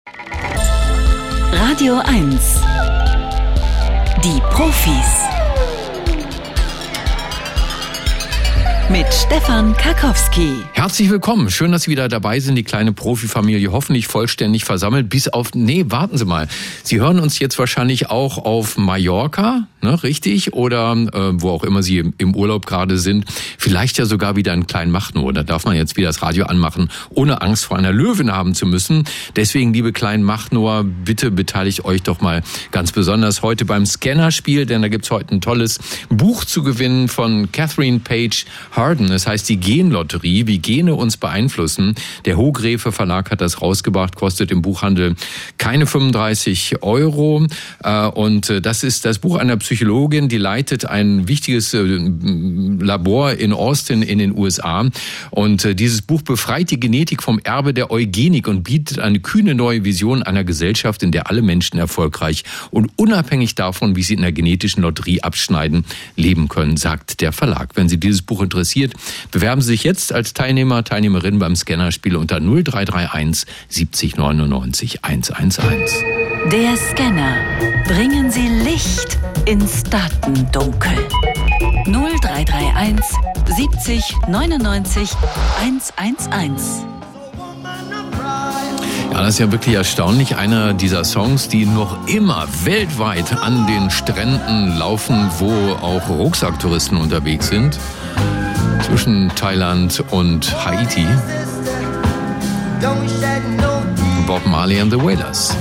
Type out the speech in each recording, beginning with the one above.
Radio 1. Die Profis. Mit Stefan Karkowski. Herzlich willkommen. Schön, dass Sie wieder dabei sind. Die kleine Profifamilie hoffentlich vollständig versammelt. Warten Sie mal. Sie hören uns jetzt wahrscheinlich auch auf Mallorca, ne, richtig? Oder wo auch immer Sie im Urlaub gerade sind. Vielleicht ja sogar wieder in Kleinmachnow. Da darf man jetzt wieder das Radio anmachen, ohne Angst vor einer Löwin haben zu müssen. Deswegen, liebe Kleinmachnower, bitte beteiligt euch doch mal ganz besonders heute beim Scannerspiel, denn da gibt's heute ein tolles Buch zu gewinnen von Catherine Page Harden. Das heißt die Genlotterie, wie Gene uns beeinflussen. Der Hohgräfe Verlag hat das rausgebracht, kostet im Buchhandel keine 35 €. Und das ist das Buch einer Psychologin, die leitet ein wichtiges Labor in Austin in den USA. Und dieses Buch befreit die Genetik vom Erbe der Eugenik und bietet eine kühne neue Vision einer Gesellschaft, in der alle Menschen erfolgreich und unabhängig davon, wie sie in der genetischen Lotterie abschneiden, leben können, sagt der Verlag. Wenn Sie dieses Buch interessiert, bewerben Sie sich jetzt als Teilnehmerin beim Scannerspiel unter 0331 70 99 111. Der Scanner. Bringen Sie Licht ins Datendunkel. 0331 70 99 111. Ja, das ist ja wirklich erstaunlich. Einer dieser Songs, die noch immer weltweit an den Stränden laufen, wo auch Rucksacktouristen unterwegs sind. Zwischen Thailand und Haiti. Bob Marley and the Wailers.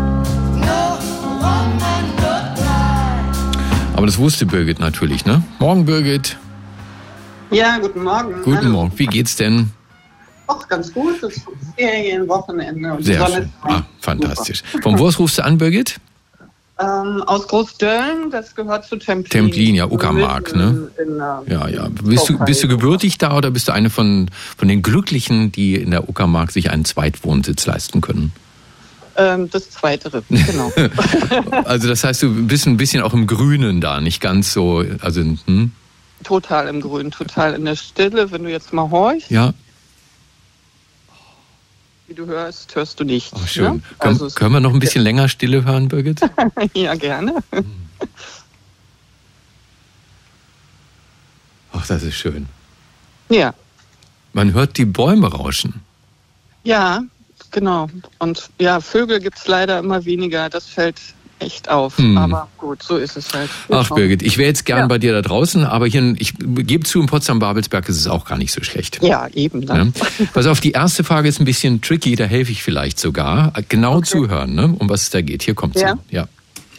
Aber das wusste Birgit natürlich, ne? Morgen, Birgit. Ja, guten Morgen. Guten Morgen. Wie geht's denn? Ach, ganz gut. Das ist Ferienwochenende. Und sehr schön. Fantastisch. Von wo aus rufst du an, Birgit? Aus Großdölln, das gehört zu Templin. Templin, ja, Uckermark, ne? Ja. Bist du gebürtig da oder bist du eine von den Glücklichen, die in der Uckermark sich einen Zweitwohnsitz leisten können? Das Zweitere, genau. Also das heißt, du bist ein bisschen auch im Grünen da, nicht ganz so, also... Total im Grünen, total in der Stille. Wenn du jetzt mal horchst, ja. Wie du hörst du nicht. Ach, schön. Ne? Können wir noch ein bisschen länger Stille hören, Birgit? Ja, gerne. Ach, das ist schön. Ja. Man hört die Bäume rauschen. Ja, genau. Und ja, Vögel gibt es leider immer weniger. Das fällt echt auf. Aber gut, so ist es halt. Ach, Birgit, ich wäre jetzt gern bei dir da draußen, aber hier, ich gebe zu, in Potsdam-Babelsberg ist es auch gar nicht so schlecht. Ja, eben. Ne? Ja. Pass auf, die erste Frage ist ein bisschen tricky, da helfe ich vielleicht sogar. Genau zuhören, ne, um was es da geht. Hier kommt sie. Ja.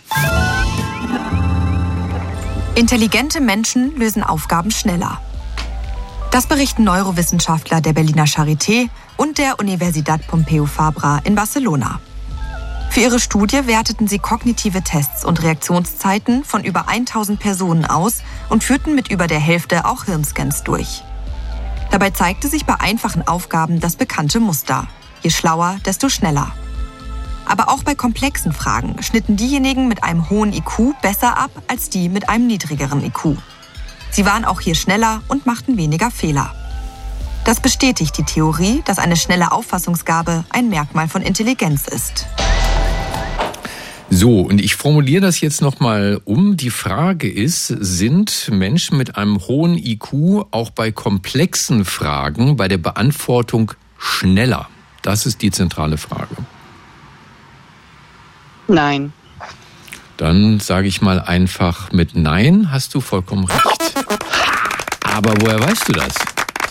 Intelligente Menschen lösen Aufgaben schneller. Das berichten Neurowissenschaftler der Berliner Charité und der Universidad Pompeu Fabra in Barcelona. Für ihre Studie werteten sie kognitive Tests und Reaktionszeiten von über 1000 Personen aus und führten mit über der Hälfte auch Hirnscans durch. Dabei zeigte sich bei einfachen Aufgaben das bekannte Muster. Je schlauer, desto schneller. Aber auch bei komplexen Fragen schnitten diejenigen mit einem hohen IQ besser ab als die mit einem niedrigeren IQ. Sie waren auch hier schneller und machten weniger Fehler. Das bestätigt die Theorie, dass eine schnelle Auffassungsgabe ein Merkmal von Intelligenz ist. So, und ich formuliere das jetzt nochmal um. Die Frage ist, sind Menschen mit einem hohen IQ auch bei komplexen Fragen bei der Beantwortung schneller? Das ist die zentrale Frage. Nein. Dann sage ich mal einfach mit Nein, hast du vollkommen recht. Aber woher weißt du das?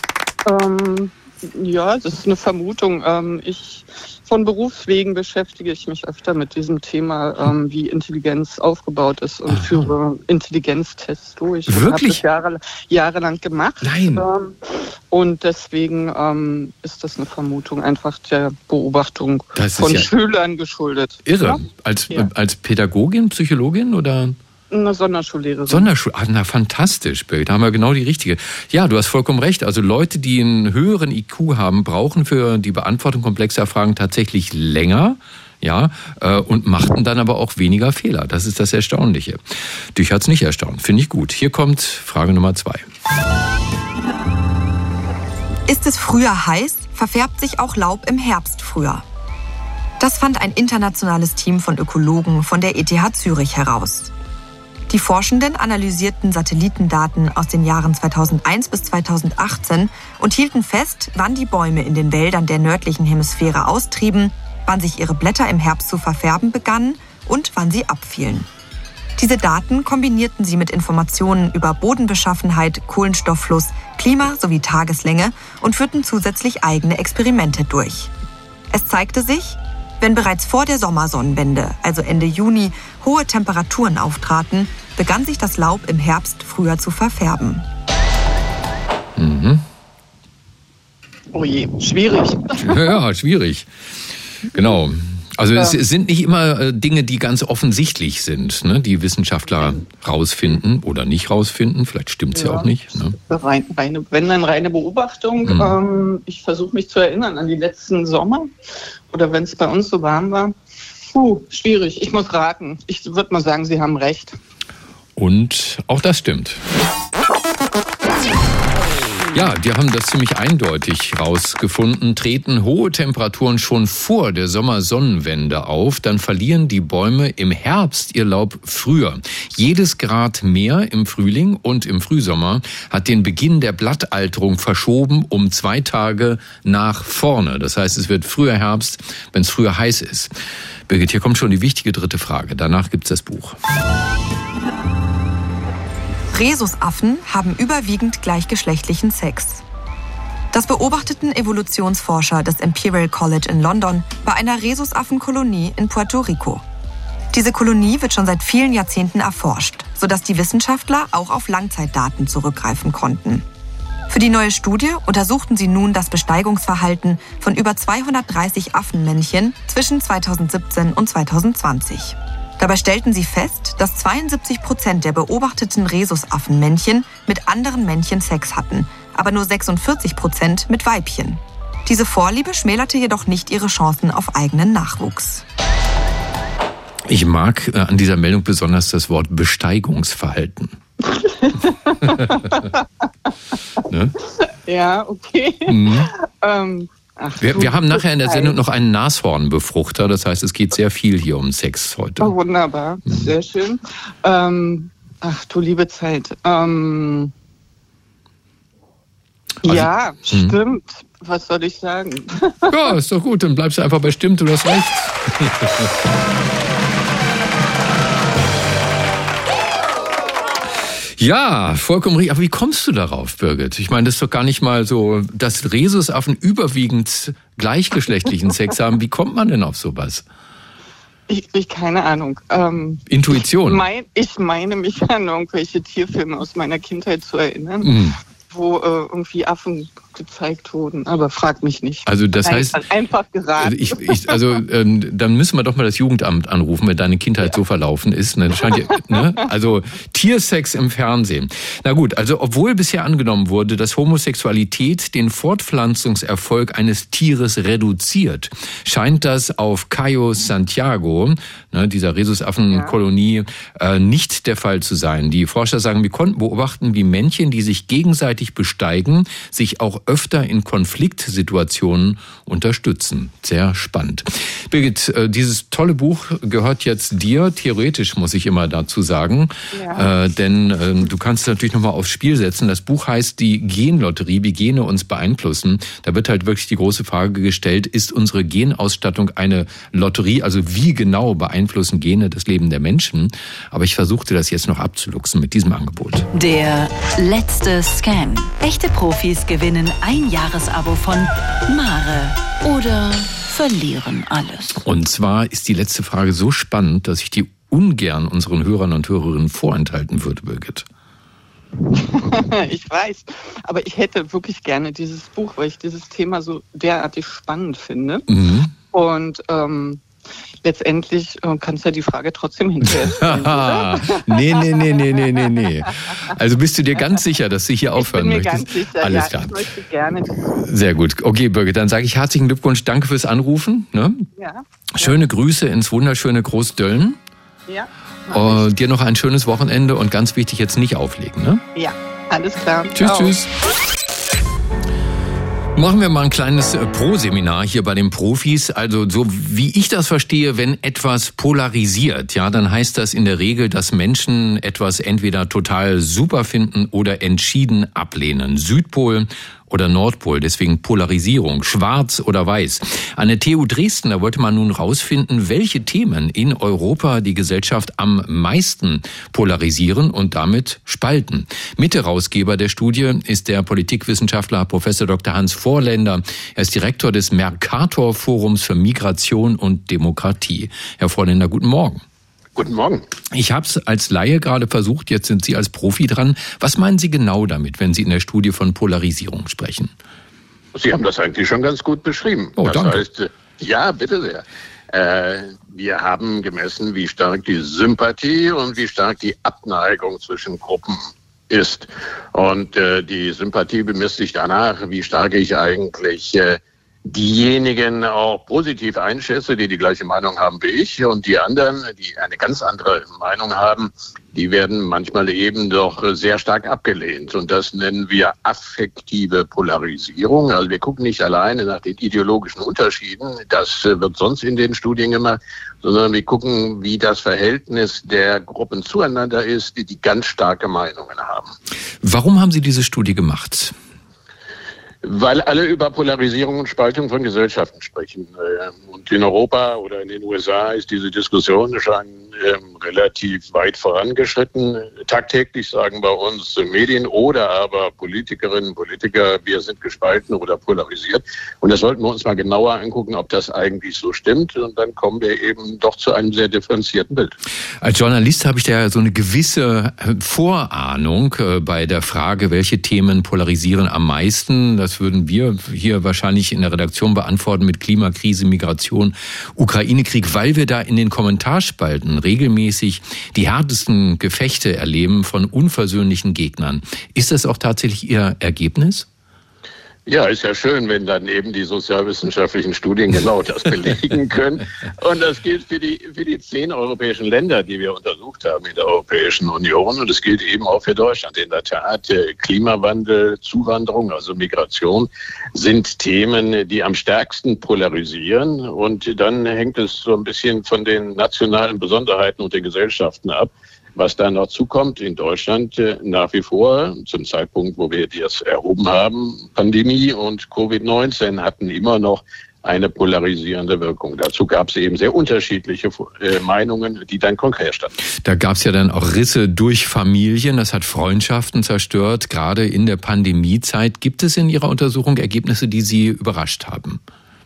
Ja, das ist eine Vermutung. Von Berufswegen beschäftige ich mich öfter mit diesem Thema, wie Intelligenz aufgebaut ist und führe Intelligenztests durch. Wirklich? Ich habe das jahrelang gemacht. Nein. Und deswegen ist das eine Vermutung einfach der Beobachtung von ja Schülern geschuldet. Irre. Ja? Als Pädagogin, Psychologin oder? Eine Sonderschullehrerin. Na fantastisch, Bild. Da haben wir genau die richtige. Ja, du hast vollkommen recht. Also Leute, die einen höheren IQ haben, brauchen für die Beantwortung komplexer Fragen tatsächlich länger. Ja, und machten dann aber auch weniger Fehler. Das ist das Erstaunliche. Dich hat's nicht erstaunt. Finde ich gut. Hier kommt Frage Nummer 2. Ist es früher heiß, verfärbt sich auch Laub im Herbst früher. Das fand ein internationales Team von Ökologen von der ETH Zürich heraus. Die Forschenden analysierten Satellitendaten aus den Jahren 2001 bis 2018 und hielten fest, wann die Bäume in den Wäldern der nördlichen Hemisphäre austrieben, wann sich ihre Blätter im Herbst zu verfärben begannen und wann sie abfielen. Diese Daten kombinierten sie mit Informationen über Bodenbeschaffenheit, Kohlenstofffluss, Klima sowie Tageslänge und führten zusätzlich eigene Experimente durch. Es zeigte sich, wenn bereits vor der Sommersonnenwende, also Ende Juni, hohe Temperaturen auftraten, begann sich das Laub im Herbst früher zu verfärben. Mhm. Oh je, schwierig. Ja, schwierig. Genau. Also es sind nicht immer Dinge, die ganz offensichtlich sind, ne, die Wissenschaftler rausfinden oder nicht rausfinden. Vielleicht stimmt's ja auch nicht. Ne? Reine Beobachtung. Ich versuche mich zu erinnern an die letzten Sommer oder wenn es bei uns so warm war. Schwierig. Ich muss raten. Ich würde mal sagen, Sie haben recht. Und auch das stimmt. Ja, die haben das ziemlich eindeutig rausgefunden. Treten hohe Temperaturen schon vor der Sommersonnenwende auf, dann verlieren die Bäume im Herbst ihr Laub früher. Jedes Grad mehr im Frühling und im Frühsommer hat den Beginn der Blattalterung verschoben um 2 Tage nach vorne. Das heißt, es wird früher Herbst, wenn es früher heiß ist. Birgit, hier kommt schon die wichtige 3. Frage. Danach gibt's das Buch. Rhesusaffen haben überwiegend gleichgeschlechtlichen Sex. Das beobachteten Evolutionsforscher des Imperial College in London bei einer Rhesusaffenkolonie in Puerto Rico. Diese Kolonie wird schon seit vielen Jahrzehnten erforscht, sodass die Wissenschaftler auch auf Langzeitdaten zurückgreifen konnten. Für die neue Studie untersuchten sie nun das Besteigungsverhalten von über 230 Affenmännchen zwischen 2017 und 2020. Dabei stellten sie fest, dass 72% der beobachteten Rhesusaffenmännchen mit anderen Männchen Sex hatten, aber nur 46% mit Weibchen. Diese Vorliebe schmälerte jedoch nicht ihre Chancen auf eigenen Nachwuchs. Ich mag an dieser Meldung besonders das Wort Besteigungsverhalten. Ne? Ja, okay. Mhm. Wir haben nachher in der Sendung noch einen Nashornbefruchter, das heißt, es geht sehr viel hier um Sex heute. Oh, wunderbar, sehr schön. Ach du liebe Zeit. Ja, stimmt. Was soll ich sagen? Ja, ist doch gut, dann bleibst du einfach bei stimmt, du hast recht. Ja, vollkommen richtig. Aber wie kommst du darauf, Birgit? Ich meine, das ist doch gar nicht mal so, dass Rhesusaffen überwiegend gleichgeschlechtlichen Sex haben. Wie kommt man denn auf sowas? Ich keine Ahnung. Intuition? Ich meine mich an irgendwelche Tierfilme aus meiner Kindheit zu erinnern, wo irgendwie Affen gezeigt wurden, aber frag mich nicht. Also das heißt, einfach geraten. Dann müssen wir doch mal das Jugendamt anrufen, wenn deine Kindheit so verlaufen ist. Ne? Also Tiersex im Fernsehen. Na gut, also obwohl bisher angenommen wurde, dass Homosexualität den Fortpflanzungserfolg eines Tieres reduziert, scheint das auf Cayo Santiago, dieser Rhesusaffenkolonie, nicht der Fall zu sein. Die Forscher sagen, wir konnten beobachten, wie Männchen, die sich gegenseitig besteigen, sich auch öfter in Konfliktsituationen unterstützen. Sehr spannend. Birgit, dieses tolle Buch gehört jetzt dir. Theoretisch muss ich immer dazu sagen. Ja. Denn du kannst es natürlich nochmal aufs Spiel setzen. Das Buch heißt die Genlotterie, wie Gene uns beeinflussen. Da wird halt wirklich die große Frage gestellt, ist unsere Genausstattung eine Lotterie? Also wie genau beeinflussen Gene das Leben der Menschen? Aber ich versuchte das jetzt noch abzuluxen mit diesem Angebot. Der letzte Scan. Echte Profis gewinnen ein Jahresabo von Mare oder verlieren alles. Und zwar ist die letzte Frage so spannend, dass ich die ungern unseren Hörern und Hörerinnen vorenthalten würde, Birgit. Ich weiß, aber ich hätte wirklich gerne dieses Buch, weil ich dieses Thema so derartig spannend finde. Mhm. Und letztendlich kannst du ja die Frage trotzdem hinterher stellen. Nee. Also bist du dir ganz sicher, dass du hier aufhören möchtest? Ich bin mir ganz sicher, alles klar. Ich möchte gerne. Sehr gut. Okay, Birgit, dann sage ich herzlichen Glückwunsch. Danke fürs Anrufen. Ne? Ja. Schöne Grüße ins wunderschöne Großdölln. Ja. Dir noch ein schönes Wochenende und ganz wichtig, jetzt nicht auflegen. Ne? Ja, alles klar. Tschüss, Ciao. Tschüss. Machen wir mal ein kleines Pro-Seminar hier bei den Profis. Also so wie ich das verstehe, wenn etwas polarisiert, ja, dann heißt das in der Regel, dass Menschen etwas entweder total super finden oder entschieden ablehnen. Südpol oder Nordpol, deswegen Polarisierung, schwarz oder weiß. An der TU Dresden, da wollte man nun rausfinden, welche Themen in Europa die Gesellschaft am meisten polarisieren und damit spalten. Mitherausgeber der Studie ist der Politikwissenschaftler Prof. Dr. Hans Vorländer. Er ist Direktor des Mercator Forums für Migration und Demokratie. Herr Vorländer, guten Morgen. Guten Morgen. Ich habe es als Laie gerade versucht, jetzt sind Sie als Profi dran. Was meinen Sie genau damit, wenn Sie in der Studie von Polarisierung sprechen? Sie haben das eigentlich schon ganz gut beschrieben. Oh, das danke. heißt, ja, bitte sehr. Wir haben gemessen, wie stark die Sympathie und wie stark die Abneigung zwischen Gruppen ist. Und die Sympathie bemisst sich danach, wie stark ich eigentlich diejenigen auch positiv einschätze, die die gleiche Meinung haben wie ich, und die anderen, die eine ganz andere Meinung haben, die werden manchmal eben doch sehr stark abgelehnt. Und das nennen wir affektive Polarisierung. Also wir gucken nicht alleine nach den ideologischen Unterschieden, das wird sonst in den Studien gemacht, sondern wir gucken, wie das Verhältnis der Gruppen zueinander ist, die ganz starke Meinungen haben. Warum haben Sie diese Studie gemacht? Weil alle über Polarisierung und Spaltung von Gesellschaften sprechen. Und in Europa oder in den USA ist diese Diskussion schon relativ weit vorangeschritten. Tagtäglich sagen bei uns Medien oder aber Politikerinnen und Politiker, wir sind gespalten oder polarisiert. Und das sollten wir uns mal genauer angucken, ob das eigentlich so stimmt. Und dann kommen wir eben doch zu einem sehr differenzierten Bild. Als Journalist habe ich da so eine gewisse Vorahnung bei der Frage, welche Themen polarisieren am meisten. Das würden wir hier wahrscheinlich in der Redaktion beantworten mit Klimakrise, Migration, Ukraine-Krieg, weil wir da in den Kommentarspalten regelmäßig die härtesten Gefechte erleben von unversöhnlichen Gegnern. Ist das auch tatsächlich Ihr Ergebnis? Ja, ist ja schön, wenn dann eben die sozialwissenschaftlichen Studien genau das belegen können. Und das gilt für die 10 europäischen Länder, die wir untersucht haben in der Europäischen Union. Und es gilt eben auch für Deutschland. In der Tat, Klimawandel, Zuwanderung, also Migration, sind Themen, die am stärksten polarisieren. Und dann hängt es so ein bisschen von den nationalen Besonderheiten und den Gesellschaften ab, was da noch zukommt. In Deutschland nach wie vor, zum Zeitpunkt, wo wir das erhoben haben, Pandemie und Covid-19 hatten immer noch eine polarisierende Wirkung. Dazu gab es eben sehr unterschiedliche Meinungen, die dann konkret standen. Da gab es ja dann auch Risse durch Familien, das hat Freundschaften zerstört, gerade in der Pandemiezeit. Gibt es in Ihrer Untersuchung Ergebnisse, die Sie überrascht haben?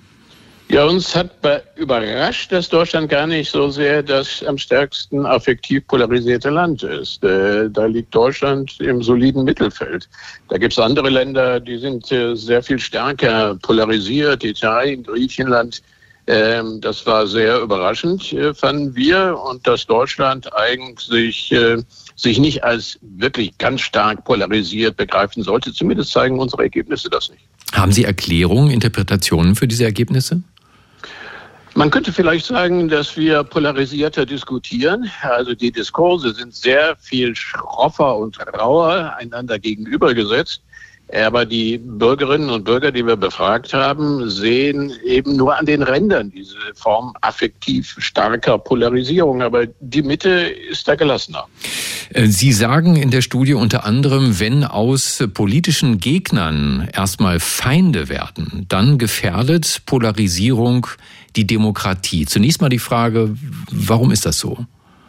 Ja, uns hat überrascht, dass Deutschland gar nicht so sehr das am stärksten affektiv polarisierte Land ist. Da liegt Deutschland im soliden Mittelfeld. Da gibt es andere Länder, die sind sehr viel stärker polarisiert. Italien, Griechenland, das war sehr überraschend, fanden wir. Und dass Deutschland eigentlich sich nicht als wirklich ganz stark polarisiert begreifen sollte. Zumindest zeigen unsere Ergebnisse das nicht. Haben Sie Erklärungen, Interpretationen für diese Ergebnisse? Man könnte vielleicht sagen, dass wir polarisierter diskutieren. Also die Diskurse sind sehr viel schroffer und rauer einander gegenübergesetzt. Aber die Bürgerinnen und Bürger, die wir befragt haben, sehen eben nur an den Rändern diese Form affektiv starker Polarisierung. Aber die Mitte ist da gelassener. Sie sagen in der Studie unter anderem, wenn aus politischen Gegnern erstmal Feinde werden, dann gefährdet Polarisierung die Demokratie. Zunächst mal die Frage, warum ist das so?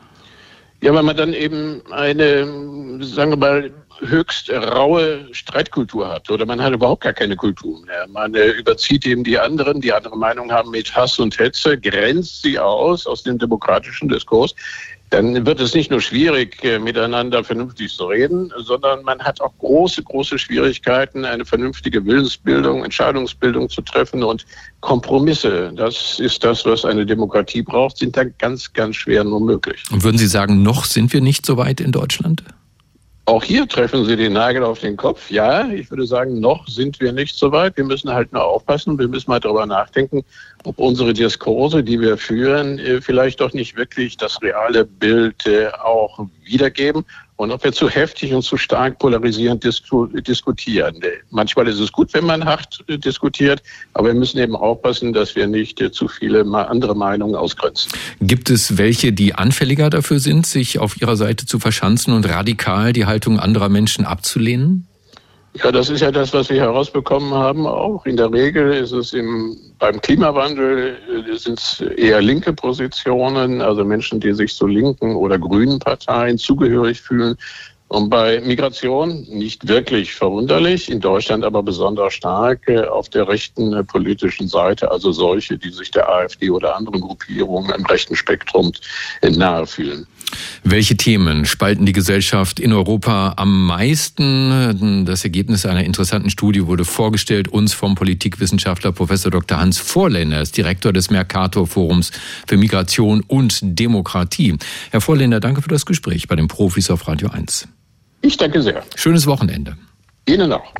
Ja, weil man dann eben eine, sagen wir mal, höchst raue Streitkultur hat oder man hat überhaupt gar keine Kultur mehr. Man überzieht eben die andere Meinung haben mit Hass und Hetze, grenzt sie aus dem demokratischen Diskurs. Dann wird es nicht nur schwierig, miteinander vernünftig zu reden, sondern man hat auch große Schwierigkeiten, eine vernünftige Willensbildung, Entscheidungsbildung zu treffen und Kompromisse. Das ist das, was eine Demokratie braucht, sind dann ganz schwer nur möglich. Und würden Sie sagen, noch sind wir nicht so weit in Deutschland? Auch hier treffen Sie den Nagel auf den Kopf. Ja, ich würde sagen, noch sind wir nicht so weit. Wir müssen halt nur aufpassen. Wir müssen mal darüber nachdenken, ob unsere Diskurse, die wir führen, vielleicht doch nicht wirklich das reale Bild auch wiedergeben. und ob wir zu heftig und zu stark polarisierend diskutieren. Manchmal ist es gut, wenn man hart diskutiert, aber wir müssen eben aufpassen, dass wir nicht zu viele andere Meinungen ausgrenzen. Gibt es welche, die anfälliger dafür sind, sich auf ihrer Seite zu verschanzen und radikal die Haltung anderer Menschen abzulehnen? Ja, das ist ja das, was wir herausbekommen haben. Auch in der Regel ist es beim Klimawandel sind es eher linke Positionen, also Menschen, die sich zu linken oder grünen Parteien zugehörig fühlen. Und bei Migration nicht wirklich verwunderlich, in Deutschland aber besonders stark auf der rechten politischen Seite, also solche, die sich der AfD oder anderen Gruppierungen im rechten Spektrum nahe fühlen. Welche Themen spalten die Gesellschaft in Europa am meisten? Das Ergebnis einer interessanten Studie wurde vorgestellt, uns vom Politikwissenschaftler Professor Dr. Hans Vorländer, ist Direktor des Mercator-Forums für Migration und Demokratie. Herr Vorländer, danke für das Gespräch bei den Profis auf Radio 1. Ich danke sehr. Schönes Wochenende. Ihnen auch.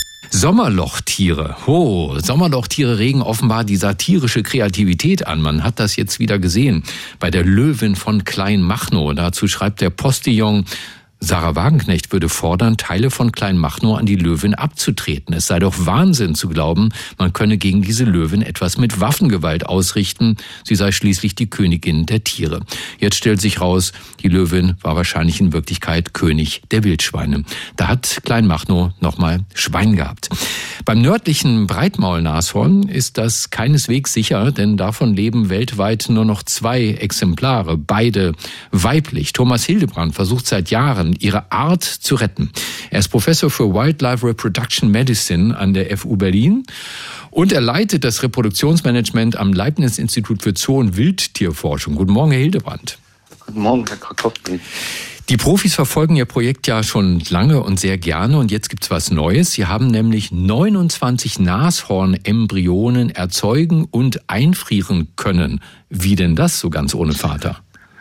Sommerlochtiere. Sommerlochtiere regen offenbar die satirische Kreativität an. Man hat das jetzt wieder gesehen bei der Löwin von Kleinmachnow. Dazu schreibt der Postillon: Sarah Wagenknecht würde fordern, Teile von Kleinmachnow an die Löwin abzutreten. Es sei doch Wahnsinn zu glauben, man könne gegen diese Löwin etwas mit Waffengewalt ausrichten. Sie sei schließlich die Königin der Tiere. Jetzt stellt sich raus, die Löwin war wahrscheinlich in Wirklichkeit König der Wildschweine. Da hat Kleinmachnow nochmal Schwein gehabt. Beim nördlichen Breitmaulnashorn ist das keineswegs sicher, denn davon leben weltweit nur noch 2 Exemplare, beide weiblich. Thomas Hildebrand versucht seit Jahren, ihre Art zu retten. Er ist Professor für Wildlife Reproduction Medicine an der FU Berlin und er leitet das Reproduktionsmanagement am Leibniz-Institut für Zoo- und Wildtierforschung. Guten Morgen, Herr Hildebrand. Guten Morgen, Herr Krakowski. Die Profis verfolgen Ihr Projekt ja schon lange und sehr gerne und jetzt gibt's was Neues. Sie haben nämlich 29 Nashornembryonen erzeugen und einfrieren können. Wie denn das so ganz ohne Vater?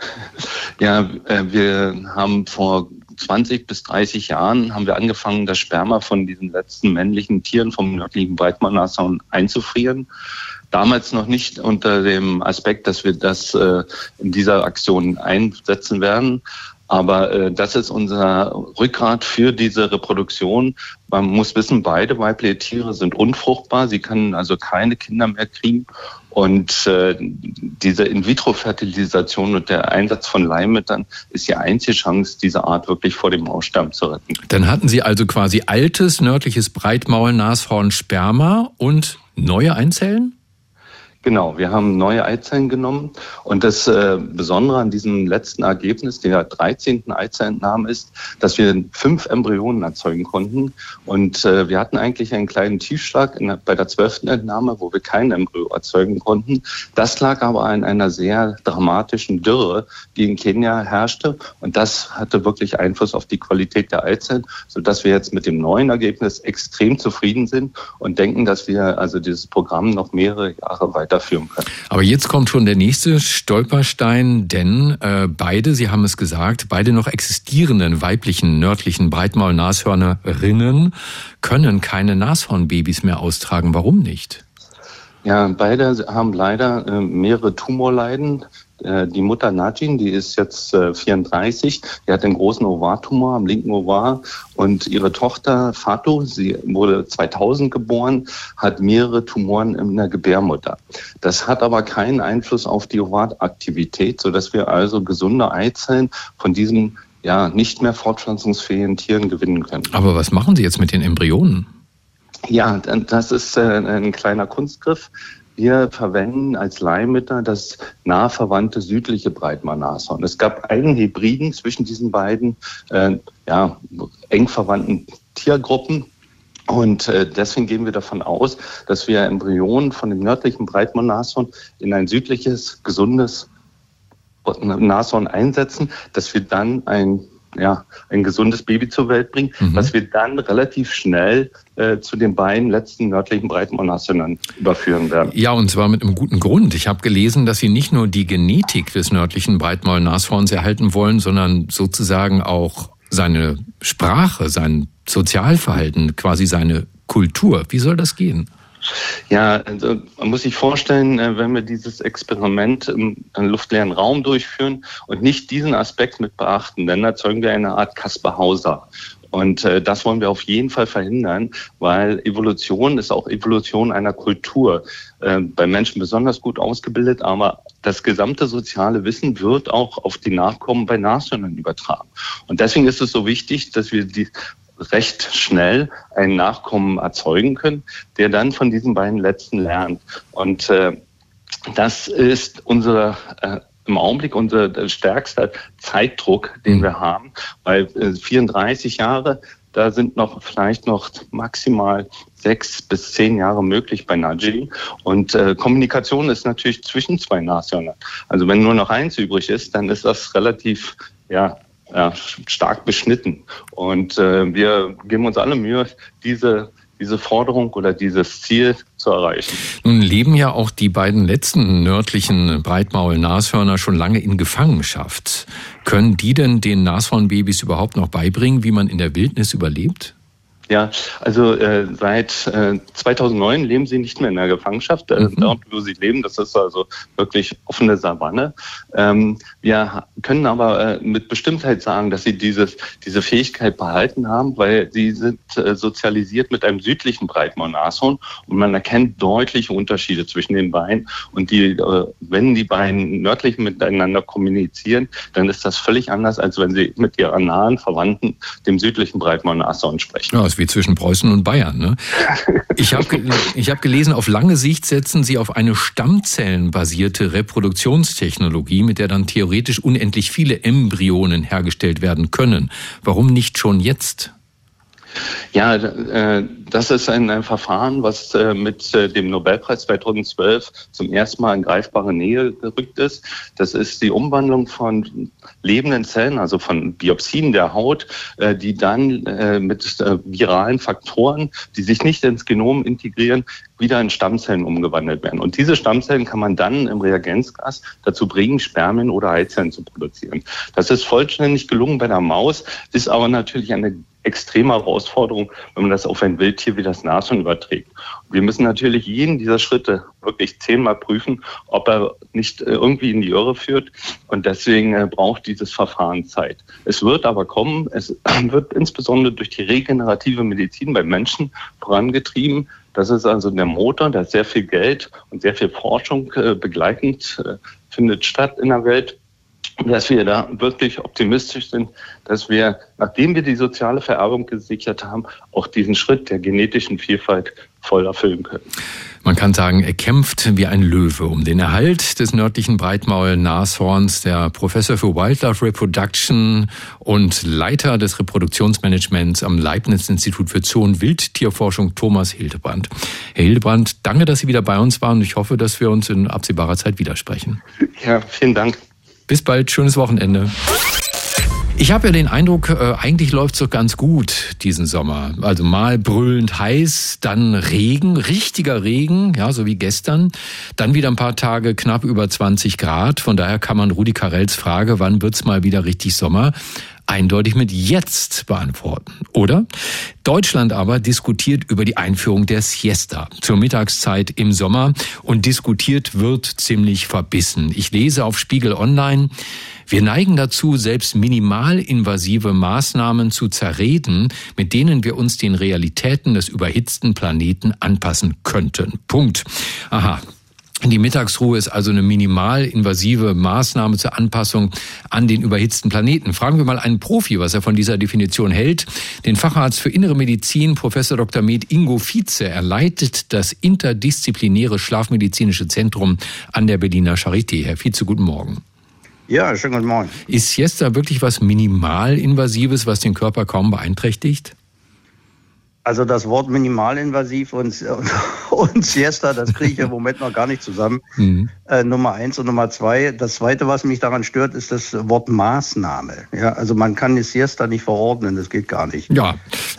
Ja, wir haben vor 20 bis 30 Jahren haben wir angefangen, das Sperma von diesen letzten männlichen Tieren vom nördlichen Breitmaulnashorn einzufrieren. Damals noch nicht unter dem Aspekt, dass wir das in dieser Aktion einsetzen werden. Aber das ist unser Rückgrat für diese Reproduktion. Man muss wissen, beide weibliche Tiere sind unfruchtbar. Sie können also keine Kinder mehr kriegen. Und diese In-vitro-Fertilisation und der Einsatz von Leihmüttern ist die einzige Chance, diese Art wirklich vor dem Aussterben zu retten. Dann hatten Sie also quasi altes nördliches Breitmaulnashorn-Sperma und neue Einzellen? Genau, wir haben neue Eizellen genommen und das Besondere an diesem letzten Ergebnis, der 13. Eizellentnahme ist, dass wir 5 Embryonen erzeugen konnten und wir hatten eigentlich einen kleinen Tiefschlag bei der 12. Entnahme, wo wir kein Embryo erzeugen konnten. Das lag aber an einer sehr dramatischen Dürre, die in Kenia herrschte und das hatte wirklich Einfluss auf die Qualität der Eizellen, sodass wir jetzt mit dem neuen Ergebnis extrem zufrieden sind und denken, dass wir also dieses Programm noch mehrere Jahre weiterführen können. Aber jetzt kommt schon der nächste Stolperstein, denn beide, Sie haben es gesagt, beide noch existierenden weiblichen nördlichen Breitmaulnashörnerinnen können keine Nashornbabys mehr austragen. Warum nicht? Ja, beide haben leider mehrere Tumorleiden. Die Mutter Najin, die ist jetzt 34, die hat einen großen Ovartumor am linken Ovar und ihre Tochter Fatou, sie wurde 2000 geboren, hat mehrere Tumoren in der Gebärmutter. Das hat aber keinen Einfluss auf die Ovaraktivität, sodass wir also gesunde Eizellen von diesen nicht mehr fortpflanzungsfähigen Tieren gewinnen können. Aber was machen Sie jetzt mit den Embryonen? Ja, das ist ein kleiner Kunstgriff. Wir verwenden als Leihmütter das nah verwandte südliche Breitmaulnashorn. Es gab einen Hybriden zwischen diesen beiden eng verwandten Tiergruppen. Und deswegen gehen wir davon aus, dass wir Embryonen von dem nördlichen Breitmaulnashorn in ein südliches, gesundes Nashorn einsetzen, dass wir dann ein gesundes Baby zur Welt bringen, was wir dann relativ schnell zu den beiden letzten nördlichen Breitmaulnashörnern überführen werden. Ja, und zwar mit einem guten Grund. Ich habe gelesen, dass Sie nicht nur die Genetik des nördlichen Breitmaulnashorns erhalten wollen, sondern sozusagen auch seine Sprache, sein Sozialverhalten, quasi seine Kultur. Wie soll das gehen? Ja, also man muss sich vorstellen, wenn wir dieses Experiment im luftleeren Raum durchführen und nicht diesen Aspekt mit beachten, dann erzeugen wir eine Art Kaspar Hauser. Und das wollen wir auf jeden Fall verhindern, weil Evolution ist auch Evolution einer Kultur. Bei Menschen besonders gut ausgebildet, aber das gesamte soziale Wissen wird auch auf die Nachkommen bei Nashörnern übertragen. Und deswegen ist es so wichtig, dass wir recht schnell einen Nachkommen erzeugen können, der dann von diesen beiden letzten lernt. Und das ist im Augenblick unser stärkster Zeitdruck, den wir haben, weil 34 Jahre, da sind vielleicht noch maximal 6 bis 10 Jahre möglich bei Nudging. Und Kommunikation ist natürlich zwischen zwei Nashörnern. Also wenn nur noch eins übrig ist, dann ist das relativ, stark beschnitten. Und wir geben uns alle Mühe, diese Forderung oder dieses Ziel zu erreichen. Nun leben ja auch die beiden letzten nördlichen Breitmaul-Nashörner schon lange in Gefangenschaft. Können die denn den Nashornbabys überhaupt noch beibringen, wie man in der Wildnis überlebt? Ja, also seit 2009 leben sie nicht mehr in der Gefangenschaft. Dort, wo sie leben, das ist also wirklich offene Savanne. Wir können aber mit Bestimmtheit sagen, dass sie diese Fähigkeit behalten haben, weil sie sind sozialisiert mit einem südlichen Breitmaul-Nashorn und man erkennt deutliche Unterschiede zwischen den beiden. Und wenn die beiden nördlichen miteinander kommunizieren, dann ist das völlig anders, als wenn sie mit ihrer nahen Verwandten, dem südlichen Breitmaul-Nashorn, sprechen. Ja, wie zwischen Preußen und Bayern. Ne? Ich hab gelesen, auf lange Sicht setzen Sie auf eine stammzellenbasierte Reproduktionstechnologie, mit der dann theoretisch unendlich viele Embryonen hergestellt werden können. Warum nicht schon jetzt? Ja, das ist ein Verfahren, was mit dem Nobelpreis 2012 zum ersten Mal in greifbare Nähe gerückt ist. Das ist die Umwandlung von lebenden Zellen, also von Biopsien der Haut, die dann mit viralen Faktoren, die sich nicht ins Genom integrieren, wieder in Stammzellen umgewandelt werden. Und diese Stammzellen kann man dann im Reagenzgas dazu bringen, Spermien oder Eizellen zu produzieren. Das ist vollständig gelungen bei der Maus, ist aber natürlich eine extreme Herausforderung, wenn man das auf ein Wildtier wie das Nashorn überträgt. Wir müssen natürlich jeden dieser Schritte wirklich 10-mal prüfen, ob er nicht irgendwie in die Irre führt. Und deswegen braucht dieses Verfahren Zeit. Es wird aber kommen. Es wird insbesondere durch die regenerative Medizin beim Menschen vorangetrieben. Das ist also der Motor, da sehr viel Geld und sehr viel Forschung begleitend findet statt in der Welt. Dass wir da wirklich optimistisch sind, dass wir, nachdem wir die soziale Vererbung gesichert haben, auch diesen Schritt der genetischen Vielfalt voll erfüllen können. Man kann sagen, er kämpft wie ein Löwe um den Erhalt des nördlichen Breitmaul-Nashorns. Der Professor für Wildlife Reproduction und Leiter des Reproduktionsmanagements am Leibniz-Institut für Zoo- und Wildtierforschung, Thomas Hildebrand. Herr Hildebrand, danke, dass Sie wieder bei uns waren. Ich hoffe, dass wir uns in absehbarer Zeit widersprechen. Ja, vielen Dank. Bis bald, schönes Wochenende. Ich habe ja den Eindruck, eigentlich läuft's doch ganz gut diesen Sommer. Also mal brüllend heiß, dann Regen, richtiger Regen, ja, so wie gestern. Dann wieder ein paar Tage knapp über 20 Grad. Von daher kann man Rudi Carrells Frage, wann wird's mal wieder richtig Sommer, eindeutig mit jetzt beantworten, oder? Deutschland aber diskutiert über die Einführung der Siesta zur Mittagszeit im Sommer und diskutiert wird ziemlich verbissen. Ich lese auf Spiegel Online: Wir neigen dazu, selbst minimalinvasive Maßnahmen zu zerreden, mit denen wir uns den Realitäten des überhitzten Planeten anpassen könnten. Punkt. Aha. Die Mittagsruhe ist also eine minimalinvasive Maßnahme zur Anpassung an den überhitzten Planeten. Fragen wir mal einen Profi, was er von dieser Definition hält. Den Facharzt für Innere Medizin, Professor Dr. med. Ingo Vietze. Er leitet das interdisziplinäre Schlafmedizinische Zentrum an der Berliner Charité. Herr Vietze, guten Morgen. Ja, schönen guten Morgen. Ist Siesta wirklich was Minimalinvasives, was den Körper kaum beeinträchtigt? Also das Wort minimalinvasiv und Siesta, das kriege ich im Moment noch gar nicht zusammen. Nummer 1 und Nummer 2. Das Zweite, was mich daran stört, ist das Wort Maßnahme. Ja, also man kann die Siesta nicht verordnen, das geht gar nicht. Ja.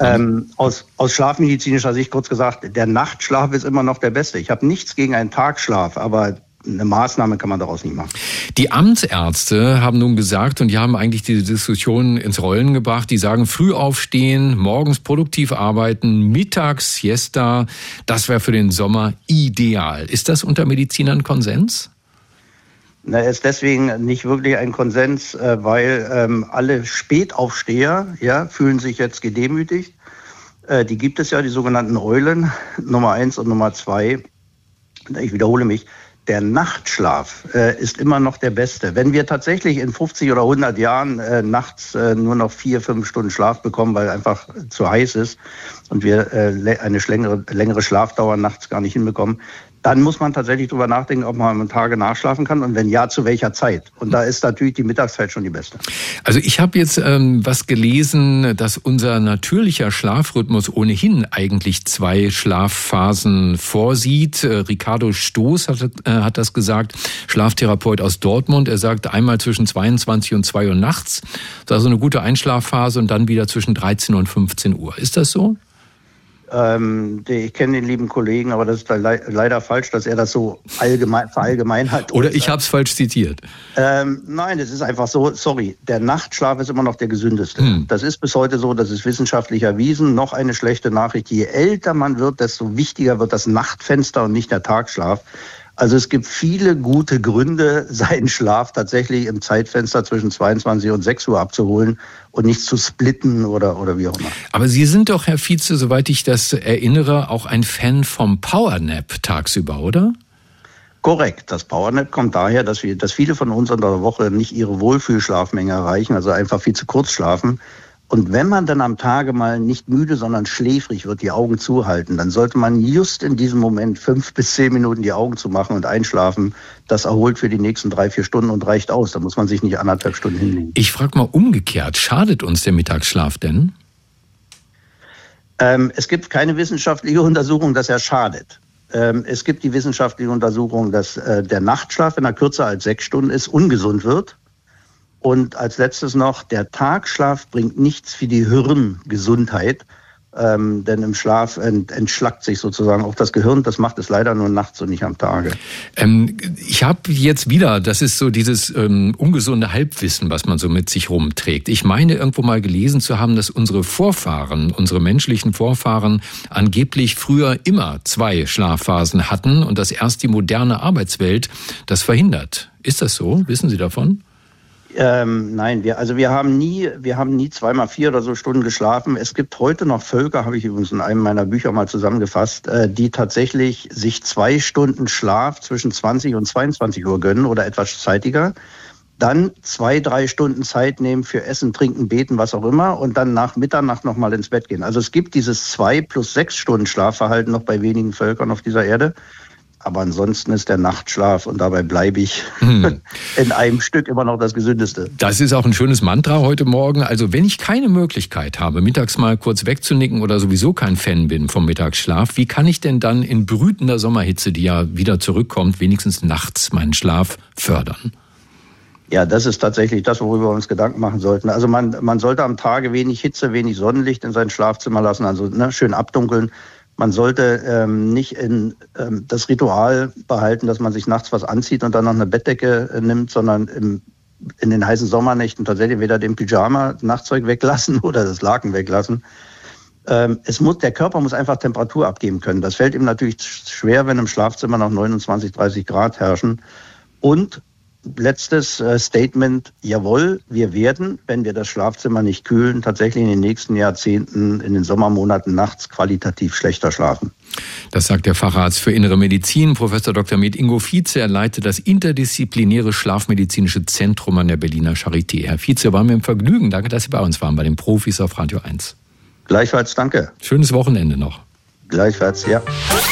Aus schlafmedizinischer Sicht kurz gesagt, der Nachtschlaf ist immer noch der beste. Ich habe nichts gegen einen Tagschlaf, aber eine Maßnahme kann man daraus nicht machen. Die Amtsärzte haben nun gesagt, und die haben eigentlich diese Diskussion ins Rollen gebracht, die sagen, früh aufstehen, morgens produktiv arbeiten, mittags Siesta, das wäre für den Sommer ideal. Ist das unter Medizinern Konsens? Na, ist deswegen nicht wirklich ein Konsens, weil alle Spätaufsteher fühlen sich jetzt gedemütigt. Die gibt es ja, die sogenannten Eulen, Nummer 1 und Nummer 2. Ich wiederhole mich, der Nachtschlaf ist immer noch der beste. Wenn wir tatsächlich in 50 oder 100 Jahren nachts nur noch 4-5 Stunden Schlaf bekommen, weil einfach zu heiß ist und wir eine längere Schlafdauer nachts gar nicht hinbekommen, dann muss man tatsächlich drüber nachdenken, ob man am Tage nachschlafen kann und wenn ja, zu welcher Zeit. Und da ist natürlich die Mittagszeit schon die beste. Also ich habe jetzt was gelesen, dass unser natürlicher Schlafrhythmus ohnehin eigentlich 2 Schlafphasen vorsieht. Ricardo Stoß hat das gesagt, Schlaftherapeut aus Dortmund. Er sagt, einmal zwischen 22 und 2 Uhr nachts, das ist also eine gute Einschlafphase und dann wieder zwischen 13 und 15 Uhr. Ist das so? Ich kenne den lieben Kollegen, aber das ist leider falsch, dass er das so verallgemeinert. Oder ich habe es falsch zitiert. Nein, es ist einfach so, sorry, der Nachtschlaf ist immer noch der gesündeste. Das ist bis heute so, das ist wissenschaftlich erwiesen. Noch eine schlechte Nachricht, je älter man wird, desto wichtiger wird das Nachtfenster und nicht der Tagschlaf. Also es gibt viele gute Gründe, seinen Schlaf tatsächlich im Zeitfenster zwischen 22 und 6 Uhr abzuholen und nicht zu splitten oder wie auch immer. Aber Sie sind doch, Herr Vize, soweit ich das erinnere, auch ein Fan vom Powernap tagsüber, oder? Korrekt. Das Powernap kommt daher, dass viele von uns in der Woche nicht ihre Wohlfühlschlafmenge erreichen, also einfach viel zu kurz schlafen. Und wenn man dann am Tage mal nicht müde, sondern schläfrig wird, die Augen zuhalten, dann sollte man just in diesem Moment 5 bis 10 Minuten die Augen zumachen und einschlafen. Das erholt für die nächsten 3-4 Stunden und reicht aus. Da muss man sich nicht 1,5 Stunden hinlegen. Ich frage mal umgekehrt, schadet uns der Mittagsschlaf denn? Es gibt keine wissenschaftliche Untersuchung, dass er schadet. Es gibt die wissenschaftliche Untersuchung, dass der Nachtschlaf, wenn er kürzer als 6 Stunden ist, ungesund wird. Und als letztes noch, der Tagschlaf bringt nichts für die Hirngesundheit, denn im Schlaf entschlackt sich sozusagen auch das Gehirn. Das macht es leider nur nachts und nicht am Tage. Ich habe jetzt wieder, das ist so dieses ungesunde Halbwissen, was man so mit sich rumträgt. Ich meine, irgendwo mal gelesen zu haben, dass unsere Vorfahren, unsere menschlichen Vorfahren angeblich früher immer 2 Schlafphasen hatten und dass erst die moderne Arbeitswelt das verhindert. Ist das so? Wissen Sie davon? Nein, wir haben nie 2x4 oder so Stunden geschlafen. Es gibt heute noch Völker, habe ich übrigens in einem meiner Bücher mal zusammengefasst, die tatsächlich sich 2 Stunden Schlaf zwischen 20 und 22 Uhr gönnen oder etwas zeitiger. Dann 2-3 Stunden Zeit nehmen für Essen, Trinken, Beten, was auch immer und dann nach Mitternacht nochmal ins Bett gehen. Also es gibt dieses 2 plus 6 Stunden Schlafverhalten noch bei wenigen Völkern auf dieser Erde. Aber ansonsten ist der Nachtschlaf, und dabei bleibe ich in einem Stück immer noch das Gesündeste. Das ist auch ein schönes Mantra heute Morgen. Also wenn ich keine Möglichkeit habe, mittags mal kurz wegzunicken oder sowieso kein Fan bin vom Mittagsschlaf, wie kann ich denn dann in brütender Sommerhitze, die ja wieder zurückkommt, wenigstens nachts meinen Schlaf fördern? Ja, das ist tatsächlich das, worüber wir uns Gedanken machen sollten. Also man sollte am Tage wenig Hitze, wenig Sonnenlicht in sein Schlafzimmer lassen, also schön abdunkeln. Man sollte nicht das Ritual behalten, dass man sich nachts was anzieht und dann noch eine Bettdecke nimmt, sondern in den heißen Sommernächten tatsächlich weder den Pyjama, Nachtzeug weglassen oder das Laken weglassen. Der Körper muss einfach Temperatur abgeben können. Das fällt ihm natürlich schwer, wenn im Schlafzimmer noch 29, 30 Grad herrschen. Und letztes Statement, jawohl, wir werden, wenn wir das Schlafzimmer nicht kühlen, tatsächlich in den nächsten Jahrzehnten, in den Sommermonaten nachts qualitativ schlechter schlafen. Das sagt der Facharzt für Innere Medizin, Professor Dr. med. Ingo Vize. Er leitet das interdisziplinäre Schlafmedizinische Zentrum an der Berliner Charité. Herr Vize, war mir ein Vergnügen. Danke, dass Sie bei uns waren, bei den Profis auf Radio 1. Gleichfalls, danke. Schönes Wochenende noch. Gleichfalls, ja.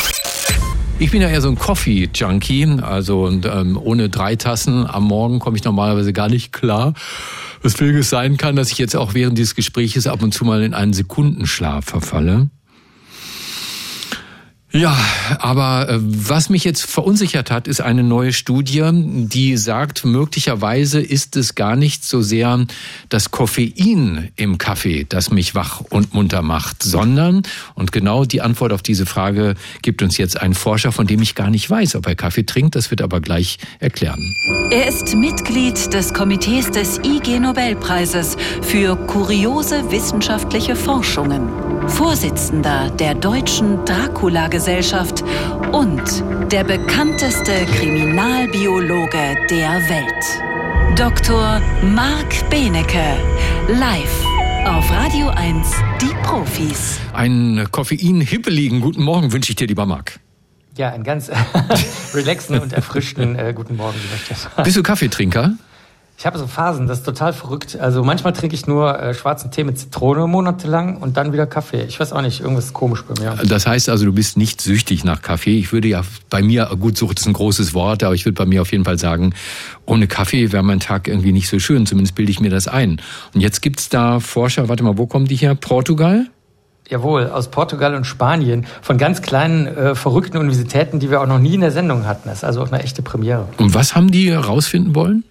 Ich bin ja eher so ein Coffee-Junkie, also ohne 3 Tassen am Morgen komme ich normalerweise gar nicht klar. Weswegen es sein kann, dass ich jetzt auch während dieses Gespräches ab und zu mal in einen Sekundenschlaf verfalle. Ja, aber was mich jetzt verunsichert hat, ist eine neue Studie, die sagt, möglicherweise ist es gar nicht so sehr das Koffein im Kaffee, das mich wach und munter macht, sondern, und genau die Antwort auf diese Frage gibt uns jetzt ein Forscher, von dem ich gar nicht weiß, ob er Kaffee trinkt, das wird aber gleich erklären. Er ist Mitglied des Komitees des IG-Nobelpreises für kuriose wissenschaftliche Forschungen, Vorsitzender der Deutschen Dracula-Gesellschaft und der bekannteste Kriminalbiologe der Welt. Dr. Marc Benecke, live auf Radio 1, die Profis. Einen koffein-hippeligen guten Morgen wünsche ich dir, lieber Marc. Ja, einen ganz relaxten und erfrischten guten Morgen, lieber Stefan. Bist du Kaffeetrinker? Ich habe so Phasen, das ist total verrückt. Also manchmal trinke ich nur schwarzen Tee mit Zitrone monatelang und dann wieder Kaffee. Ich weiß auch nicht, irgendwas ist komisch bei mir. Das heißt also, du bist nicht süchtig nach Kaffee. Ich würde ja bei mir, gut, Sucht ist ein großes Wort, aber ich würde bei mir auf jeden Fall sagen, ohne Kaffee wäre mein Tag irgendwie nicht so schön. Zumindest bilde ich mir das ein. Und jetzt gibt's da Forscher, warte mal, wo kommen die her? Portugal? Jawohl, aus Portugal und Spanien, von ganz kleinen, verrückten Universitäten, die wir auch noch nie in der Sendung hatten. Das ist also auch eine echte Premiere. Und was haben die rausfinden wollen?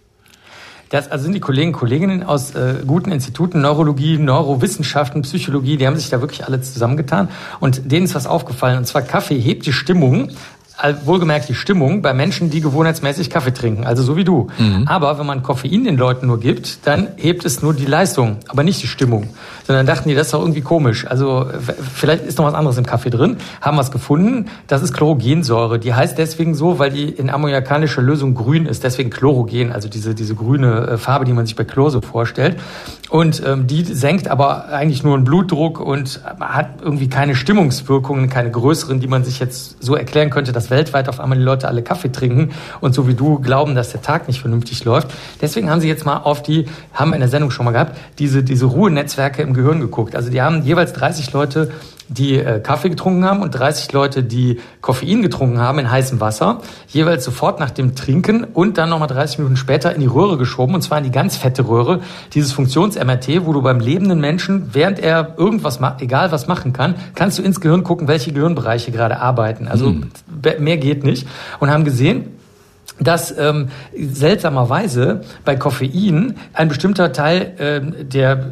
Das also sind die Kollegen und Kolleginnen aus guten Instituten, Neurologie, Neurowissenschaften, Psychologie, die haben sich da wirklich alle zusammengetan. Und denen ist was aufgefallen, und zwar Kaffee hebt die Stimmung, wohlgemerkt die Stimmung bei Menschen, die gewohnheitsmäßig Kaffee trinken, also so wie du. Mhm. Aber wenn man Koffein den Leuten nur gibt, dann hebt es nur die Leistung, aber nicht die Stimmung. Sondern dachten die, das ist doch irgendwie komisch. Also vielleicht ist noch was anderes im Kaffee drin. Haben was gefunden, das ist Chlorogensäure. Die heißt deswegen so, weil die in ammoniakanischer Lösung grün ist, deswegen Chlorogen, also diese grüne Farbe, die man sich bei Chlor so vorstellt. Und die senkt aber eigentlich nur den Blutdruck und hat irgendwie keine Stimmungswirkungen, keine größeren, die man sich jetzt so erklären könnte, dass weltweit auf einmal die Leute alle Kaffee trinken und so wie du glauben, dass der Tag nicht vernünftig läuft. Deswegen haben sie jetzt mal haben wir in der Sendung schon mal gehabt, diese Ruhenetzwerke im Gehirn geguckt. Also die haben jeweils 30 Leute, die Kaffee getrunken haben und 30 Leute, die Koffein getrunken haben in heißem Wasser, jeweils sofort nach dem Trinken und dann nochmal 30 Minuten später in die Röhre geschoben, und zwar in die ganz fette Röhre, dieses Funktions-MRT, wo du beim lebenden Menschen, während er irgendwas macht, egal was machen kann, kannst du ins Gehirn gucken, welche Gehirnbereiche gerade arbeiten. Also mehr geht nicht. Und haben gesehen, dass seltsamerweise bei Koffein ein bestimmter Teil der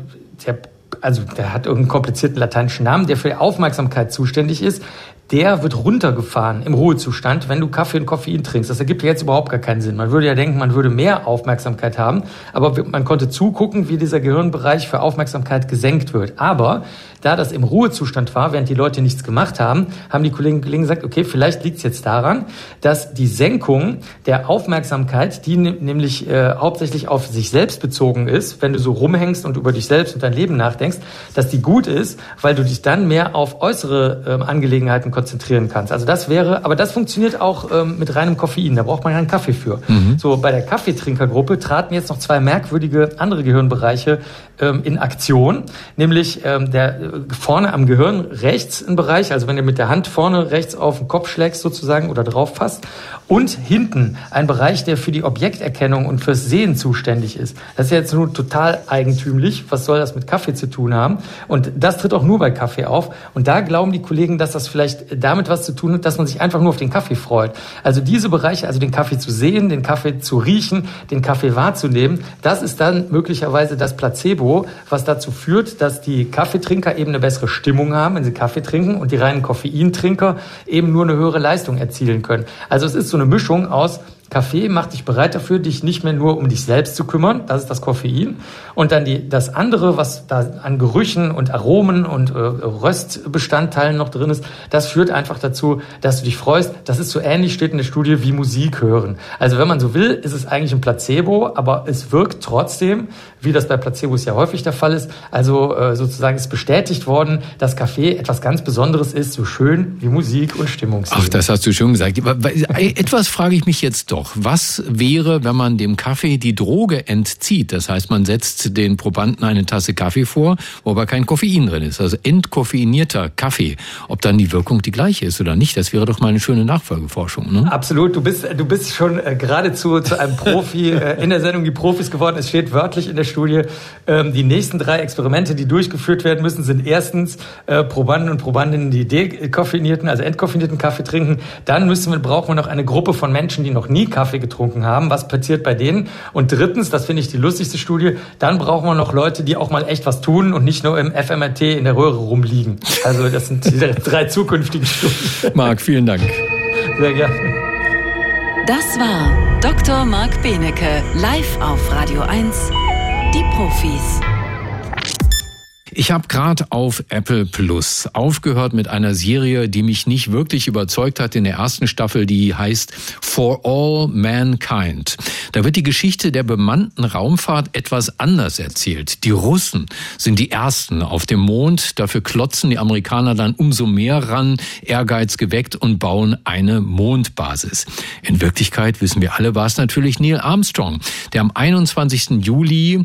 hat irgendeinen komplizierten lateinischen Namen, der für die Aufmerksamkeit zuständig ist, der wird runtergefahren im Ruhezustand, wenn du Kaffee und Koffein trinkst. Das ergibt ja jetzt überhaupt gar keinen Sinn. Man würde ja denken, man würde mehr Aufmerksamkeit haben, aber man konnte zugucken, wie dieser Gehirnbereich für Aufmerksamkeit gesenkt wird. Aber da das im Ruhezustand war, während die Leute nichts gemacht haben, haben die Kollegen gesagt, okay, vielleicht liegt es jetzt daran, dass die Senkung der Aufmerksamkeit, die nämlich hauptsächlich auf sich selbst bezogen ist, wenn du so rumhängst und über dich selbst und dein Leben nachdenkst, dass die gut ist, weil du dich dann mehr auf äußere Angelegenheiten konzentrieren kannst. Also aber das funktioniert auch mit reinem Koffein, da braucht man keinen Kaffee für. Mhm. So, bei der Kaffeetrinkergruppe traten jetzt noch 2 merkwürdige andere Gehirnbereiche in Aktion, nämlich der vorne am Gehirn rechts ein Bereich, also wenn du mit der Hand vorne rechts auf den Kopf schlägst sozusagen oder drauf fasst, und hinten ein Bereich, der für die Objekterkennung und fürs Sehen zuständig ist. Das ist jetzt nur total eigentümlich. Was soll das mit Kaffee zu tun haben? Und das tritt auch nur bei Kaffee auf. Und da glauben die Kollegen, dass das vielleicht damit was zu tun hat, dass man sich einfach nur auf den Kaffee freut. Also diese Bereiche, also den Kaffee zu sehen, den Kaffee zu riechen, den Kaffee wahrzunehmen, das ist dann möglicherweise das Placebo, was dazu führt, dass die Kaffeetrinker eben eine bessere Stimmung haben, wenn sie Kaffee trinken, und die reinen Koffeintrinker eben nur eine höhere Leistung erzielen können. Also es ist so eine Mischung aus Kaffee macht dich bereit dafür, dich nicht mehr nur um dich selbst zu kümmern, das ist das Koffein. Und dann das andere, was da an Gerüchen und Aromen und Röstbestandteilen noch drin ist, das führt einfach dazu, dass du dich freust. Das ist so ähnlich, steht in der Studie, wie Musik hören. Also wenn man so will, ist es eigentlich ein Placebo, aber es wirkt trotzdem, wie das bei Placebos ja häufig der Fall ist. Also sozusagen ist bestätigt worden, dass Kaffee etwas ganz Besonderes ist, so schön wie Musik und Stimmungsmusik. Ach, das hast du schon gesagt. Etwas frage ich mich jetzt doch. doch, was wäre, wenn man dem Kaffee die Droge entzieht? Das heißt, man setzt den Probanden eine Tasse Kaffee vor, wo aber kein Koffein drin ist. Also entkoffeinierter Kaffee. Ob dann die Wirkung die gleiche ist oder nicht, das wäre doch mal eine schöne Nachfolgeforschung, ne? Absolut. Du bist schon geradezu zu einem Profi in der Sendung Die Profis geworden. Es steht wörtlich in der Studie, die nächsten 3 Experimente, die durchgeführt werden müssen, sind erstens Probanden und Probandinnen, die dekoffeinierten, also entkoffinierten Kaffee trinken. Dann brauchen wir noch eine Gruppe von Menschen, die noch nie Kaffee getrunken haben. Was passiert bei denen? Und drittens, das finde ich die lustigste Studie, dann brauchen wir noch Leute, die auch mal echt was tun und nicht nur im FMRT in der Röhre rumliegen. Also das sind die 3 zukünftigen Studien. Marc, vielen Dank. Sehr gerne. Das war Dr. Marc Benecke, live auf Radio 1, die Profis. Ich habe gerade auf Apple Plus aufgehört mit einer Serie, die mich nicht wirklich überzeugt hat in der ersten Staffel, die heißt For All Mankind. Da wird die Geschichte der bemannten Raumfahrt etwas anders erzählt. Die Russen sind die Ersten auf dem Mond, dafür klotzen die Amerikaner dann umso mehr ran, Ehrgeiz geweckt und bauen eine Mondbasis. In Wirklichkeit, wissen wir alle, war es natürlich Neil Armstrong, der am 21. Juli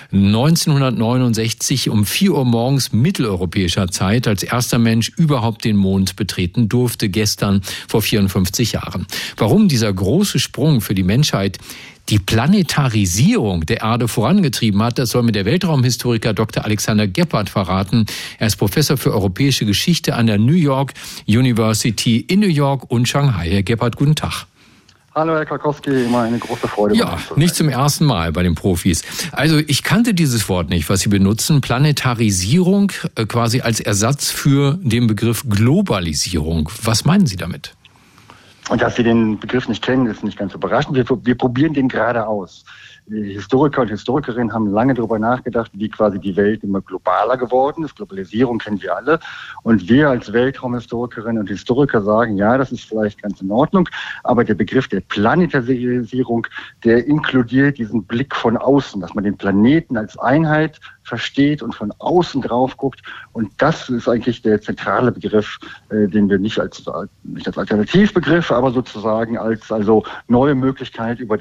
1969 um 4 Uhr morgens mitteleuropäischer Zeit als erster Mensch überhaupt den Mond betreten durfte, gestern vor 54 Jahren. Warum dieser große Sprung für die Menschheit die Planetarisierung der Erde vorangetrieben hat, das soll mir der Weltraumhistoriker Dr. Alexander Gebhardt verraten. Er ist Professor für europäische Geschichte an der New York University in New York und Shanghai. Herr Gebhardt, guten Tag. Hallo Herr Krakowski, immer eine große Freude. Ja, nicht zum ersten Mal bei den Profis. Also ich kannte dieses Wort nicht, was Sie benutzen. Planetarisierung quasi als Ersatz für den Begriff Globalisierung. Was meinen Sie damit? Und dass Sie den Begriff nicht kennen, ist nicht ganz überraschend. Wir probieren den gerade aus. Die Historiker und Historikerinnen haben lange darüber nachgedacht, wie quasi die Welt immer globaler geworden ist. Globalisierung kennen wir alle. Und wir als Weltraumhistorikerinnen und Historiker sagen, ja, das ist vielleicht ganz in Ordnung, aber der Begriff der Planetarisierung, der inkludiert diesen Blick von außen, dass man den Planeten als Einheit versteht und von außen drauf guckt. Und das ist eigentlich der zentrale Begriff, den wir nicht als Alternativbegriff, aber sozusagen als neue Möglichkeit über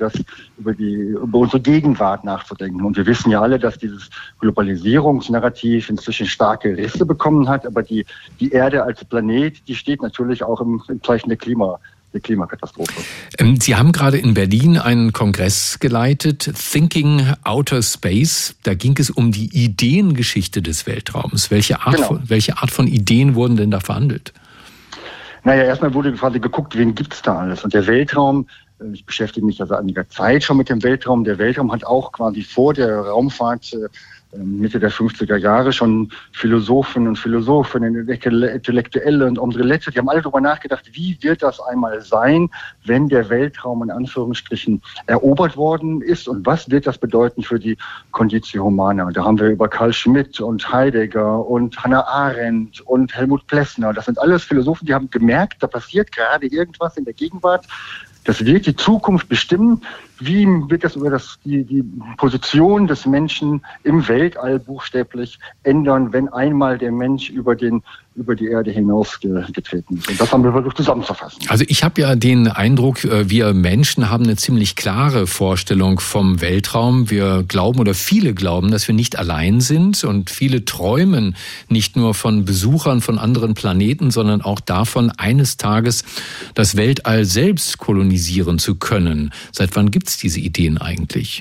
unsere Gegenwart nachzudenken. Und wir wissen ja alle, dass dieses Globalisierungsnarrativ inzwischen starke Risse bekommen hat, aber die Erde als Planet, die steht natürlich auch im Zeichen der Klimakatastrophe. Sie haben gerade in Berlin einen Kongress geleitet, Thinking Outer Space. Da ging es um die Ideengeschichte des Weltraums. Welche Art von Ideen wurden denn da verhandelt? Naja, erstmal wurde quasi geguckt, wen gibt's da alles? Und der Weltraum, ich beschäftige mich ja seit einiger Zeit schon mit dem Weltraum. Der Weltraum hat auch quasi vor der Raumfahrt Mitte der 50er Jahre schon Philosophen und Philosophinnen, Intellektuelle und unsere Letzte, die haben alle darüber nachgedacht, wie wird das einmal sein, wenn der Weltraum in Anführungsstrichen erobert worden ist und was wird das bedeuten für die Conditio Humana. Da haben wir über Carl Schmitt und Heidegger und Hannah Arendt und Helmut Plessner, das sind alles Philosophen, die haben gemerkt, da passiert gerade irgendwas in der Gegenwart. Das wird die Zukunft bestimmen. Wie wird das über die Position des Menschen im Weltall buchstäblich ändern, wenn einmal der Mensch über die Erde hinausgetreten ist? Und das haben wir versucht zusammenzufassen. Also ich habe ja den Eindruck, wir Menschen haben eine ziemlich klare Vorstellung vom Weltraum. Wir glauben oder viele glauben, dass wir nicht allein sind und viele träumen nicht nur von Besuchern von anderen Planeten, sondern auch davon, eines Tages das Weltall selbst kolonisieren zu können. Seit wann gibt es diese Ideen eigentlich?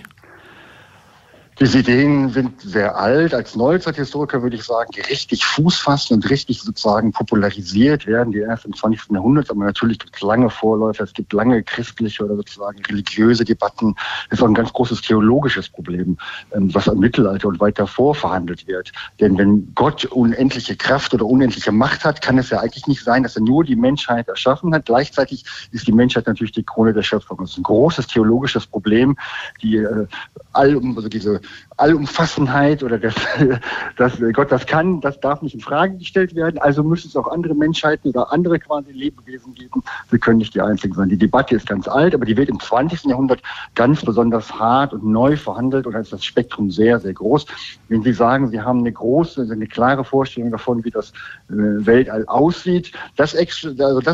Diese Ideen sind sehr alt. Als Neuzeithistoriker würde ich sagen, die richtig Fuß fassen und richtig sozusagen popularisiert werden, die erst im 20. Jahrhundert. Aber natürlich gibt es lange Vorläufer, es gibt lange christliche oder sozusagen religiöse Debatten. Das ist auch ein ganz großes theologisches Problem, was im Mittelalter und weit davor verhandelt wird. Denn wenn Gott unendliche Kraft oder unendliche Macht hat, kann es ja eigentlich nicht sein, dass er nur die Menschheit erschaffen hat. Gleichzeitig ist die Menschheit natürlich die Krone der Schöpfung. Das ist ein großes theologisches Problem, diese Allumfassendheit oder dass Gott das kann, das darf nicht in Frage gestellt werden. Also müssen es auch andere Menschheiten oder andere quasi Lebewesen geben. Wir können nicht die Einzigen sein. Die Debatte ist ganz alt, aber die wird im 20. Jahrhundert ganz besonders hart und neu verhandelt und da ist das Spektrum sehr, sehr groß. Wenn Sie sagen, Sie haben eine klare Vorstellung davon, wie das Weltall aussieht, da gibt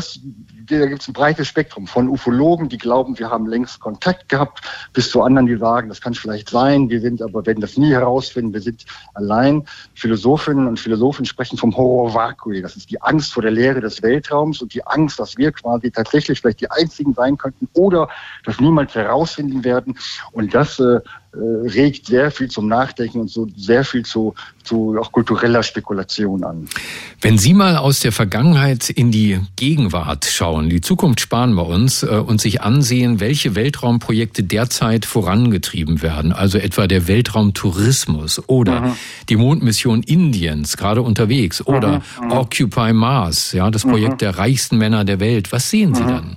es ein breites Spektrum von Ufologen, die glauben, wir haben längst Kontakt gehabt, bis zu anderen, die sagen, das kann vielleicht sein, wir sind aber, werden das nie herausfinden, wir sind allein. Philosophinnen und Philosophen sprechen vom Horror vacui, das ist die Angst vor der Leere des Weltraums und die Angst, dass wir quasi tatsächlich vielleicht die Einzigen sein könnten oder das niemals herausfinden werden. Und das regt sehr viel zum Nachdenken und so sehr viel zu auch kultureller Spekulation an. Wenn Sie mal aus der Vergangenheit in die Gegenwart schauen, die Zukunft sparen wir uns, und sich ansehen, welche Weltraumprojekte derzeit vorangetrieben werden, also etwa der Weltraumtourismus oder die Mondmission Indiens, gerade unterwegs, oder Occupy Mars, ja, das Projekt der reichsten Männer der Welt. Was sehen Sie dann?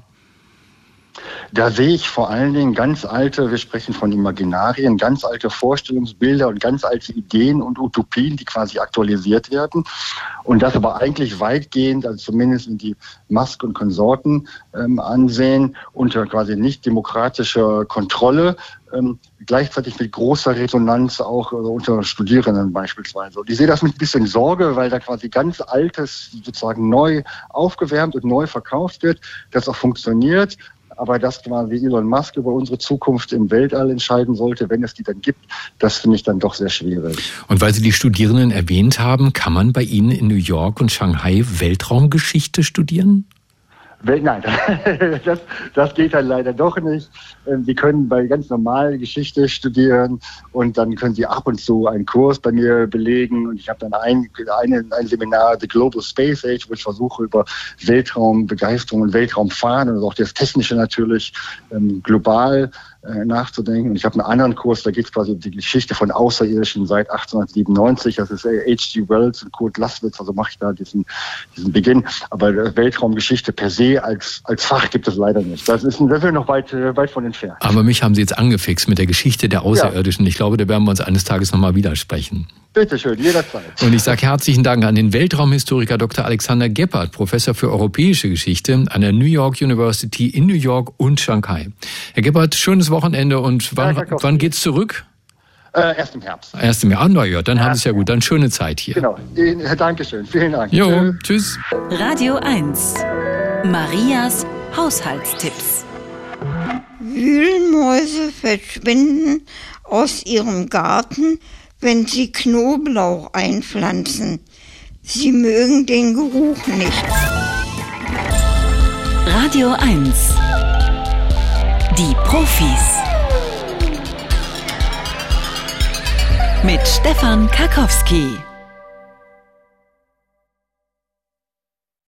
Da sehe ich vor allen Dingen ganz alte, wir sprechen von Imaginarien, ganz alte Vorstellungsbilder und ganz alte Ideen und Utopien, die quasi aktualisiert werden. Und das aber eigentlich weitgehend, also zumindest in die Musk und Konsorten ansehen, unter quasi nicht demokratischer Kontrolle, gleichzeitig mit großer Resonanz auch unter Studierenden beispielsweise. Und ich sehe das mit ein bisschen Sorge, weil da quasi ganz Altes sozusagen neu aufgewärmt und neu verkauft wird, das auch funktioniert. Aber dass quasi Elon Musk über unsere Zukunft im Weltall entscheiden sollte, wenn es die dann gibt, das finde ich dann doch sehr schwierig. Und weil Sie die Studierenden erwähnt haben, kann man bei Ihnen in New York und Shanghai Weltraumgeschichte studieren? Nein, das geht dann leider doch nicht. Sie können bei ganz normal Geschichte studieren und dann können Sie ab und zu einen Kurs bei mir belegen. Und ich habe dann ein Seminar, The Global Space Age, wo ich versuche, über Weltraumbegeisterung und Weltraumfahren und auch das Technische natürlich global nachzudenken. Und ich habe einen anderen Kurs, da geht es quasi um die Geschichte von Außerirdischen seit 1897. Das ist H.G. Wells und Kurt Laßwitz, also mache ich da diesen Beginn. Aber Weltraumgeschichte per se als Fach gibt es leider nicht. Da sind wir noch weit von entfernt. Aber mich haben Sie jetzt angefixt mit der Geschichte der Außerirdischen. Ja. Ich glaube, da werden wir uns eines Tages nochmal widersprechen. Bitte schön, jederzeit. Und ich sage herzlichen Dank an den Weltraumhistoriker Dr. Alexander Geppert, Professor für europäische Geschichte an der New York University in New York und Shanghai. Herr Geppert, schönes Wochenende und wann geht's zurück? Erst im Herbst. Erst im Herbst. Na ja, dann haben Sie es ja gut. Dann schöne Zeit hier. Genau. Dankeschön. Vielen Dank. Jo, tschüss. Radio 1. Marias Haushaltstipps. Wühlmäuse verschwinden aus ihrem Garten, wenn sie Knoblauch einpflanzen. Sie mögen den Geruch nicht. Radio 1. Die Profis. Mit Stefan Karkowski.